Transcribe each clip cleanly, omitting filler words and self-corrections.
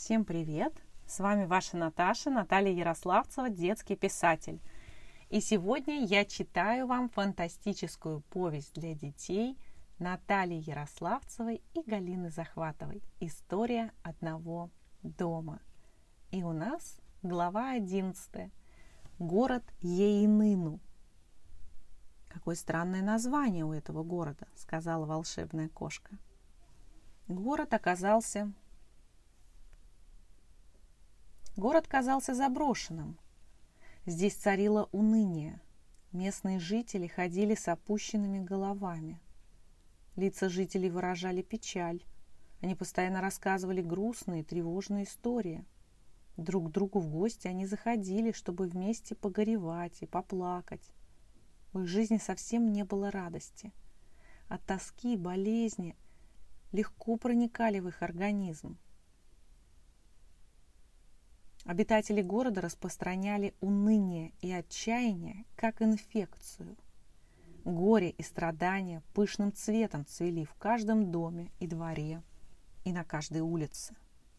Всем привет! С вами ваша Наталья Ярославцева, детский писатель. И сегодня я читаю вам фантастическую повесть для детей Натальи Ярославцевой и Галины Захватовой «История одного дома». И у нас глава 11. Город Еиныну. «Какое странное название у этого города», — сказала волшебная кошка. Город казался заброшенным. Здесь царило уныние. Местные жители ходили с опущенными головами. Лица жителей выражали печаль. Они постоянно рассказывали грустные, тревожные истории. Друг к другу в гости они заходили, чтобы вместе погоревать и поплакать. В их жизни совсем не было радости. От тоски, болезни легко проникали в их организм. Обитатели города распространяли уныние и отчаяние как инфекцию. Горе и страдания пышным цветом цвели в каждом доме и дворе, и на каждой улице.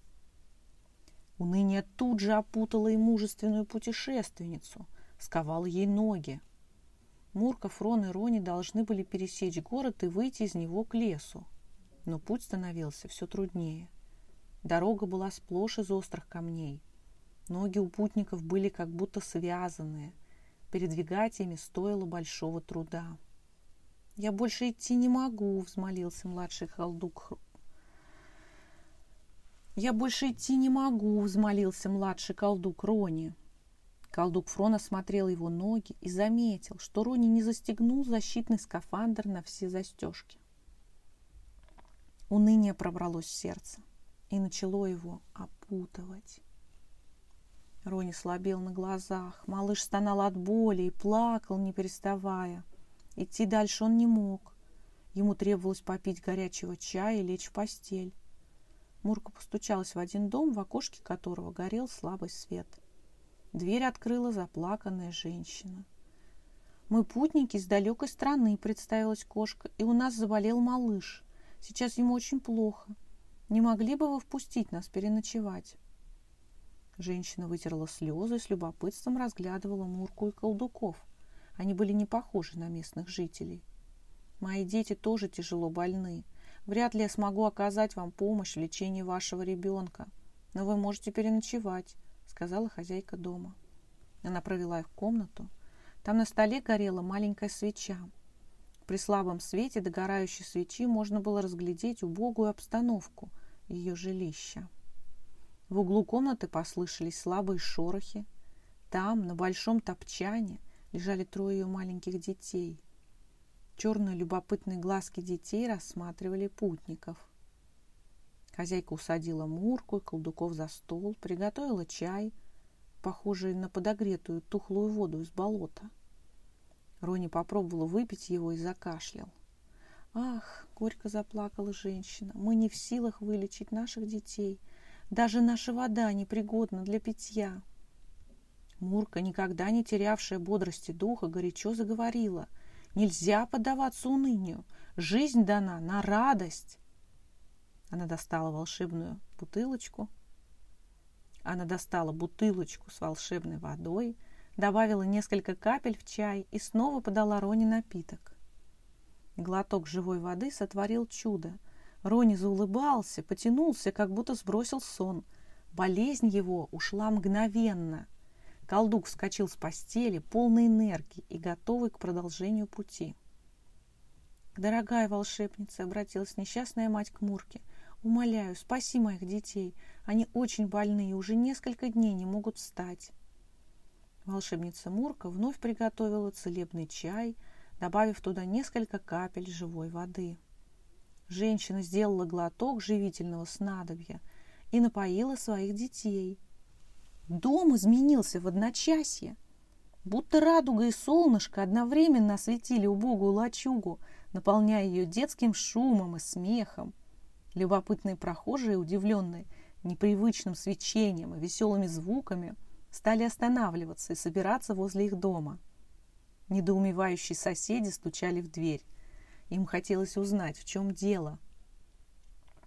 Уныние тут же опутало и мужественную путешественницу, сковало ей ноги. Мурка, Фрон и Рони должны были пересечь город и выйти из него к лесу, но путь становился все труднее. Дорога была сплошь из острых камней. Ноги у путников были как будто связанные. Передвигать ими стоило большого труда. «Я больше идти не могу», — взмолился младший колдук. «Я больше идти не могу», — взмолился младший колдук Рони. Колдук Фрон осмотрел его ноги и заметил, что Рони не застегнул защитный скафандр на все застежки. Уныние пробралось в сердце и начало его опутывать. Рони слабел на глазах, малыш стонал от боли и плакал, не переставая. Идти дальше он не мог. Ему требовалось попить горячего чая и лечь в постель. Мурка постучалась в один дом, в окошке которого горел слабый свет. Дверь открыла заплаканная женщина. «Мы путники из далекой страны», — представилась кошка, — «и у нас заболел малыш. Сейчас ему очень плохо. Не могли бы вы впустить нас переночевать?» Женщина вытерла слезы и с любопытством разглядывала Мурку и колдуков. Они были не похожи на местных жителей. «Мои дети тоже тяжело больны. Вряд ли я смогу оказать вам помощь в лечении вашего ребенка. Но вы можете переночевать», — сказала хозяйка дома. Она провела их в комнату. Там на столе горела маленькая свеча. При слабом свете догорающей свечи можно было разглядеть убогую обстановку ее жилища. В углу комнаты послышались слабые шорохи. Там, на большом топчане, лежали трое ее маленьких детей. Черные любопытные глазки детей рассматривали путников. Хозяйка усадила Мурку и колдуков за стол, приготовила чай, похожий на подогретую тухлую воду из болота. Рони попробовала выпить его и закашлял. «Ах!» — горько заплакала женщина. «Мы не в силах вылечить наших детей. Даже наша вода непригодна для питья». Мурка, никогда не терявшая бодрости духа, горячо заговорила. «Нельзя поддаваться унынию. Жизнь дана на радость». Она достала бутылочку с волшебной водой, добавила несколько капель в чай и снова подала Рони напиток. Глоток живой воды сотворил чудо. Рони заулыбался, потянулся, как будто сбросил сон. Болезнь его ушла мгновенно. Колдук вскочил с постели, полный энергии и готовый к продолжению пути. «Дорогая волшебница», — обратилась несчастная мать к Мурке, — «умоляю, спаси моих детей. Они очень больны и уже несколько дней не могут встать». Волшебница Мурка вновь приготовила целебный чай, добавив туда несколько капель живой воды. Женщина сделала глоток живительного снадобья и напоила своих детей. Дом изменился в одночасье. Будто радуга и солнышко одновременно осветили убогую лачугу, наполняя ее детским шумом и смехом. Любопытные прохожие, удивленные непривычным свечением и веселыми звуками, стали останавливаться и собираться возле их дома. Недоумевающие соседи стучали в дверь. Им хотелось узнать, в чем дело.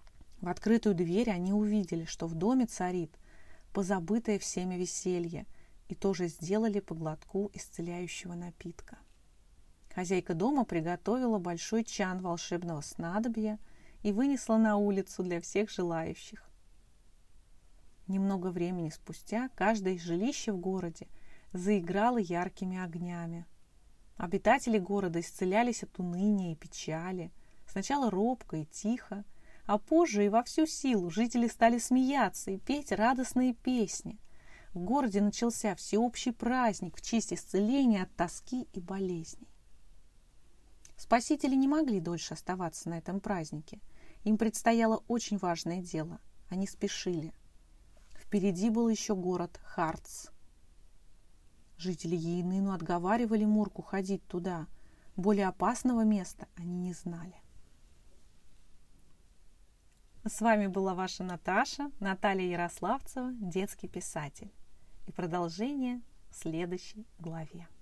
В открытую дверь они увидели, что в доме царит позабытое всеми веселье, и тоже сделали по глотку исцеляющего напитка. Хозяйка дома приготовила большой чан волшебного снадобья и вынесла на улицу для всех желающих. Немного времени спустя каждое из жилищ в городе заиграло яркими огнями. Обитатели города исцелялись от уныния и печали, сначала робко и тихо, а позже и во всю силу жители стали смеяться и петь радостные песни. В городе начался всеобщий праздник в честь исцеления от тоски и болезней. Спасители не могли дольше оставаться на этом празднике. Им предстояло очень важное дело. Они спешили. Впереди был еще город Хартс. Жители Йеянину отговаривали Мурку ходить туда. Более опасного места они не знали. С вами была ваша Наташа, Наталья Ярославцева, детский писатель. И продолжение в следующей главе.